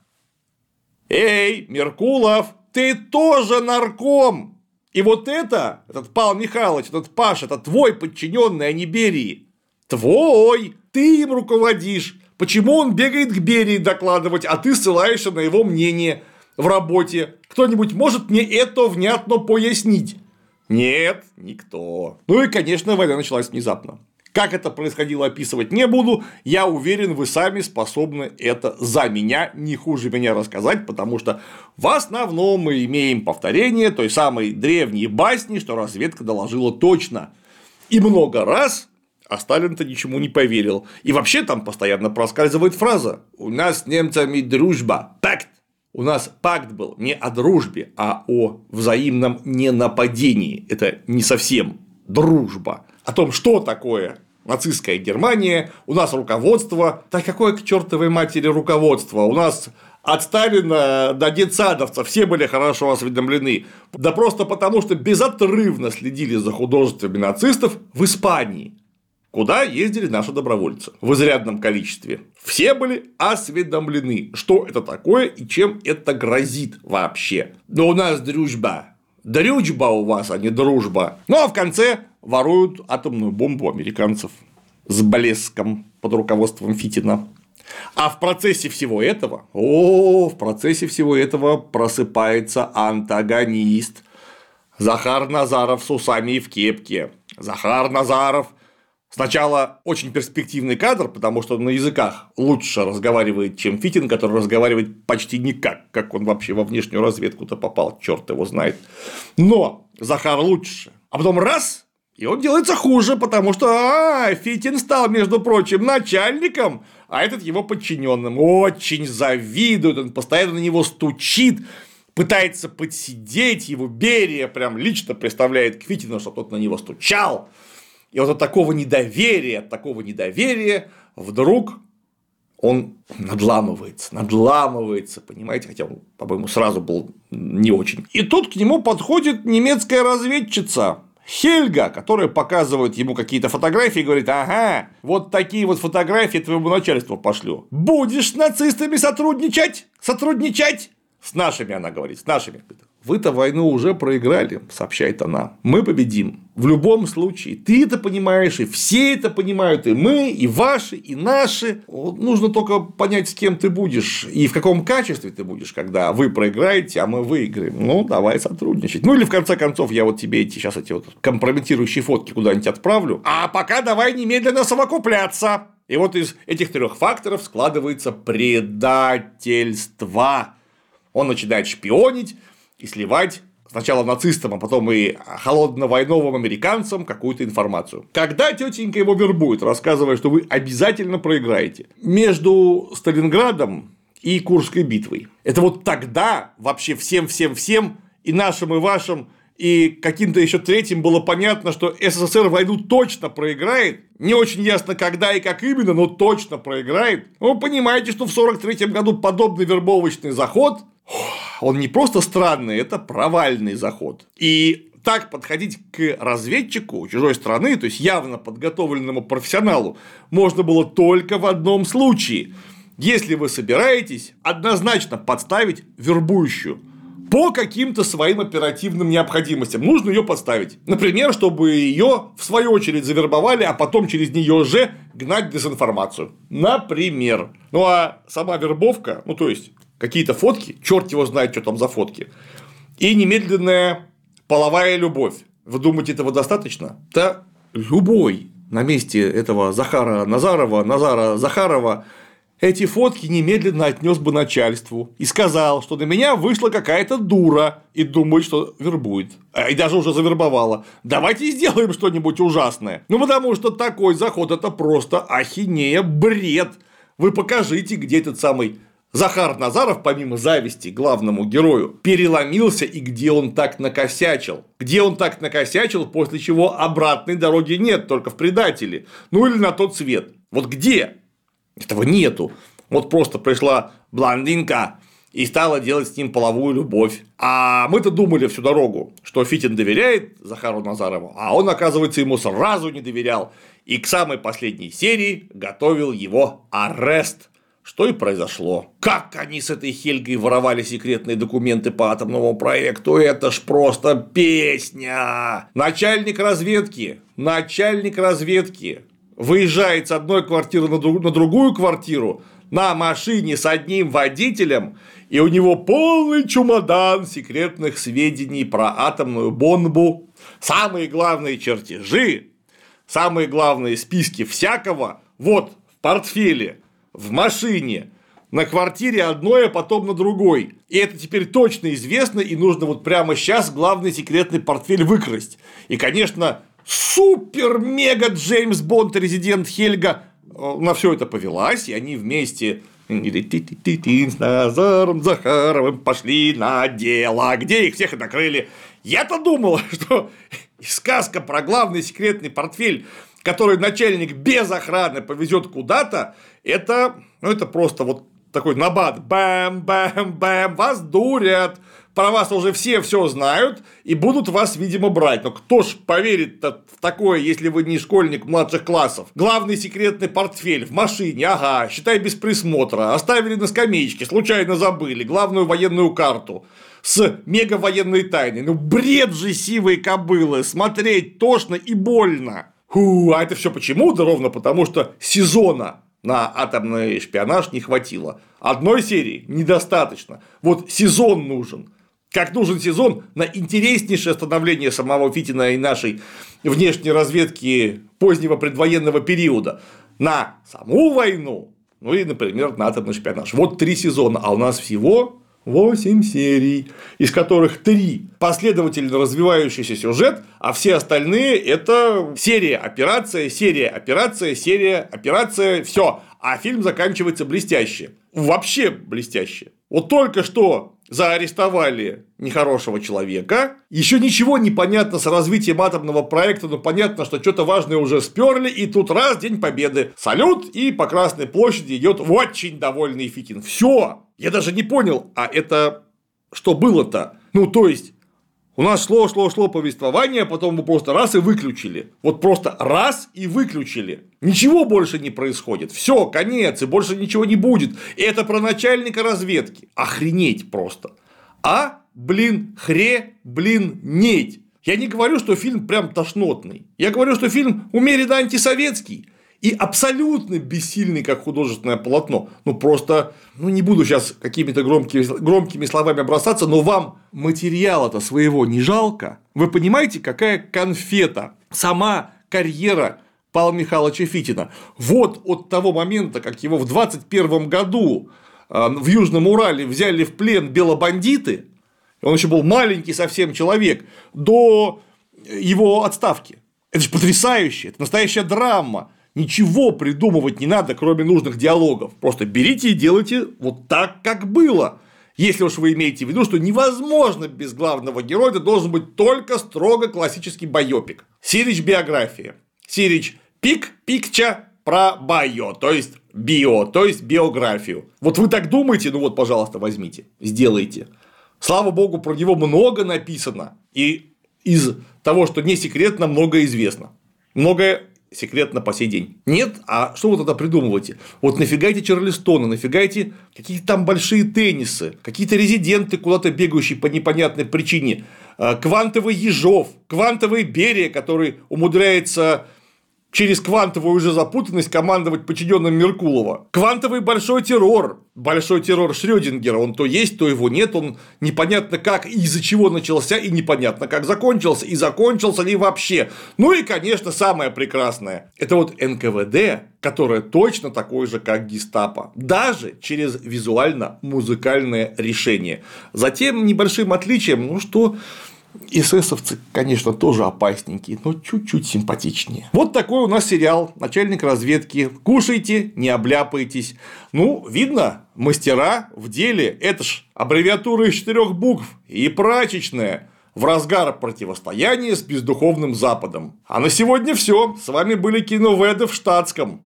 Эй, Меркулов, ты тоже нарком. И вот этот Павел Михайлович, этот Паша, это твой подчиненный, а не Берии. Твой, ты им руководишь. Почему он бегает к Берии докладывать, а ты ссылаешься на его мнение в работе? Кто-нибудь может мне это внятно пояснить? Нет, никто. Ну и, конечно, война началась внезапно. Как это происходило, описывать не буду. Я уверен, вы сами способны это за меня, не хуже меня рассказать, потому что в основном мы имеем повторение той самой древней басни, что разведка доложила точно. И много раз, а Сталин-то ничему не поверил. И вообще там постоянно проскальзывает фраза: у нас с немцами дружба, пакт. У нас пакт был не о дружбе, а о взаимном ненападении. Это не совсем дружба. О том, что такое нацистская Германия, у нас руководство. Да какое к чертовой матери руководство? У нас от Сталина до детсадовцев все были хорошо осведомлены. Да просто потому, что безотрывно следили за художествами нацистов в Испании, куда ездили наши добровольцы в изрядном количестве. Все были осведомлены, что это такое и чем это грозит вообще. Но у нас дружба. Дружба у вас, а не дружба. Ну а в конце воруют атомную бомбу американцев с блеском под руководством Фитина. А в процессе всего этого, просыпается антагонист. Захар Назаров с усами и в кепке. Захар Назаров. Сначала очень перспективный кадр, потому что он на языках лучше разговаривает, чем Фитин, который разговаривает почти никак, как он вообще во внешнюю разведку-то попал, черт его знает. Но Захар лучше. А потом раз, и он делается хуже, потому что Фитин стал, между прочим, начальником, а этот его подчиненным. Очень завидует, он постоянно на него стучит, пытается подсидеть его. Берия прям лично представляет к Фитину, чтобы тот на него стучал. И вот от такого недоверия вдруг он надламывается, понимаете, хотя он, по-моему, сразу был не очень. И тут к нему подходит немецкая разведчица Хельга, которая показывает ему какие-то фотографии и говорит: ага, вот такие вот фотографии твоему начальству пошлю. Будешь с нацистами сотрудничать? С нашими, она говорит, с нашими. вы-то войну уже проиграли, сообщает она. Мы победим. В любом случае. Ты это понимаешь, и все это понимают, и мы, и ваши, и наши. Вот нужно только понять, с кем ты будешь и в каком качестве ты будешь, когда вы проиграете, а мы выиграем. Ну, давай сотрудничать. Ну, или в конце концов, я вот тебе сейчас эти вот компрометирующие фотки куда-нибудь отправлю. А пока давай немедленно совокупляться. И вот из этих 3 факторов складывается предательство. Он начинает шпионить и сливать сначала нацистам, а потом и холодно-войновым американцам какую-то информацию. Когда тетенька его вербует, рассказывая, что вы обязательно проиграете между Сталинградом и Курской битвой. Это вот тогда вообще всем и нашим, и вашим, и каким-то еще третьим было понятно, что СССР войну точно проиграет. Не очень ясно, когда и как именно, но точно проиграет. Вы понимаете, что в 1943 году подобный вербовочный заход, он не просто странный, это провальный заход. И так подходить к разведчику чужой страны, то есть явно подготовленному профессионалу, можно было только в одном случае. Если вы собираетесь однозначно подставить вербующую по каким-то своим оперативным необходимостям. Нужно ее подставить. Например, чтобы ее в свою очередь завербовали, а потом через нее же гнать дезинформацию. Например. Ну а сама вербовка, ну то есть какие-то фотки, черт его знает, что там за фотки, и немедленная половая любовь. Вы думаете, этого достаточно? Да любой на месте этого Захара Захарова эти фотки немедленно отнес бы начальству и сказал, что на меня вышла какая-то дура и думает, что вербует. И даже уже завербовала. Давайте сделаем что-нибудь ужасное. Ну, потому что такой заход – это просто ахинея, бред. Вы покажите, где этот самый Захар Назаров, помимо зависти главному герою, переломился и где он так накосячил. Где он так накосячил, после чего обратной дороги нет, только в предателе. Ну, или на тот свет. Вот где? Этого нету. Вот просто пришла блондинка и стала делать с ним половую любовь. А мы-то думали всю дорогу, что Фитин доверяет Захару Назарову, а он, оказывается, ему сразу не доверял. И к самой последней серии готовил его арест. Что и произошло. Как они с этой Хельгой воровали секретные документы по атомному проекту, это ж просто песня. Начальник разведки выезжает с одной квартиры на другую квартиру на машине с одним водителем, и у него полный чемодан секретных сведений про атомную бомбу, самые главные чертежи, самые главные списки всякого вот в портфеле, в машине, на квартире одной, а потом на другой. И это теперь точно известно, и нужно вот прямо сейчас главный секретный портфель выкрасть. И, конечно, супер-мега Джеймс Бонд, резидент Хельга на все это повелась, и они вместе с Назаром Захаровым пошли на дело, где их всех и накрыли. Я-то думал, что сказка про главный секретный портфель, который начальник без охраны повезет куда-то, это просто вот такой набат. Бэм-бэм-бэм, вас дурят. Про вас уже все знают и будут вас, видимо, брать. Но кто ж поверит-то в такое, если вы не школьник младших классов? Главный секретный портфель в машине, ага, считай без присмотра. Оставили на скамеечке, случайно забыли. Главную военную карту с мегавоенной тайной. Ну, бред же сивой кобылы. Смотреть тошно и больно. А это все почему? Да ровно потому, что сезона на атомный шпионаж не хватило. Одной серии недостаточно. Вот сезон нужен. Как нужен сезон на интереснейшее становление самого Фитина и нашей внешней разведки позднего предвоенного периода. На саму войну, ну и, например, на атомный шпионаж. Вот 3 сезона, а у нас всего 8 серий, из которых 3 последовательно развивающийся сюжет, а все остальные – это серия, операция, все. А фильм заканчивается блестяще. Вообще блестяще. Вот только что заарестовали нехорошего человека, еще ничего не понятно с развитием атомного проекта, но понятно, что что-то важное уже сперли, и тут раз День Победы, салют, и по Красной площади идет очень довольный Фитин. Все, я даже не понял, а это что было-то? Ну, то есть, у нас шло повествование, потом мы просто раз и выключили. Вот просто раз и выключили. Ничего больше не происходит. Все, конец, и больше ничего не будет. И это про начальника разведки. Охренеть просто. Охренеть. неть. Я не говорю, что фильм прям тошнотный. Я говорю, что фильм умеренно антисоветский и абсолютно бессильный как художественное полотно. Просто, не буду сейчас какими-то громкими словами бросаться, но вам материала-то своего не жалко. Вы понимаете, какая конфета сама карьера Павла Михайловича Фитина. Вот от того момента, как его в 21 году в Южном Урале взяли в плен белобандиты, он еще был маленький совсем человек, до его отставки. Это же потрясающе, это настоящая драма. Ничего придумывать не надо, кроме нужных диалогов. Просто берите и делайте вот так, как было. Если уж вы имеете в виду, что невозможно без главного героя, это должен быть только строго классический байопик. Сирич биография. Сирич пикча про байо, то есть био, то есть биографию. Вот вы так думаете, пожалуйста, возьмите, сделайте. Слава богу, про него много написано. И из того, что не секретно, многое известно. Многое секретно по сей день. Нет? А что вы тогда придумываете? Вот нафигайте Чарльстона, нафигайте какие-то там большие теннисы, какие-то резиденты куда-то бегающие по непонятной причине, квантовый Ежов, квантовый Берия, который умудряется через квантовую уже запутанность командовать подчиненным Меркулова. Квантовый большой террор Шрёдингера. Он то есть, то его нет. Он непонятно как и из-за чего начался, и непонятно как закончился, и закончился ли вообще. И, конечно, самое прекрасное. Это вот НКВД, которое точно такое же, как гестапо. Даже через визуально-музыкальное решение. Затем небольшим отличием, что эсэсовцы, конечно, тоже опасненькие, но чуть-чуть симпатичнее. Вот такой у нас сериал «Начальник разведки». Кушайте, не обляпайтесь. Видно, мастера в деле. Это ж аббревиатура из 4 букв и прачечная в разгар противостояния с бездуховным Западом. А на сегодня все. С вами были киноведы в штатском.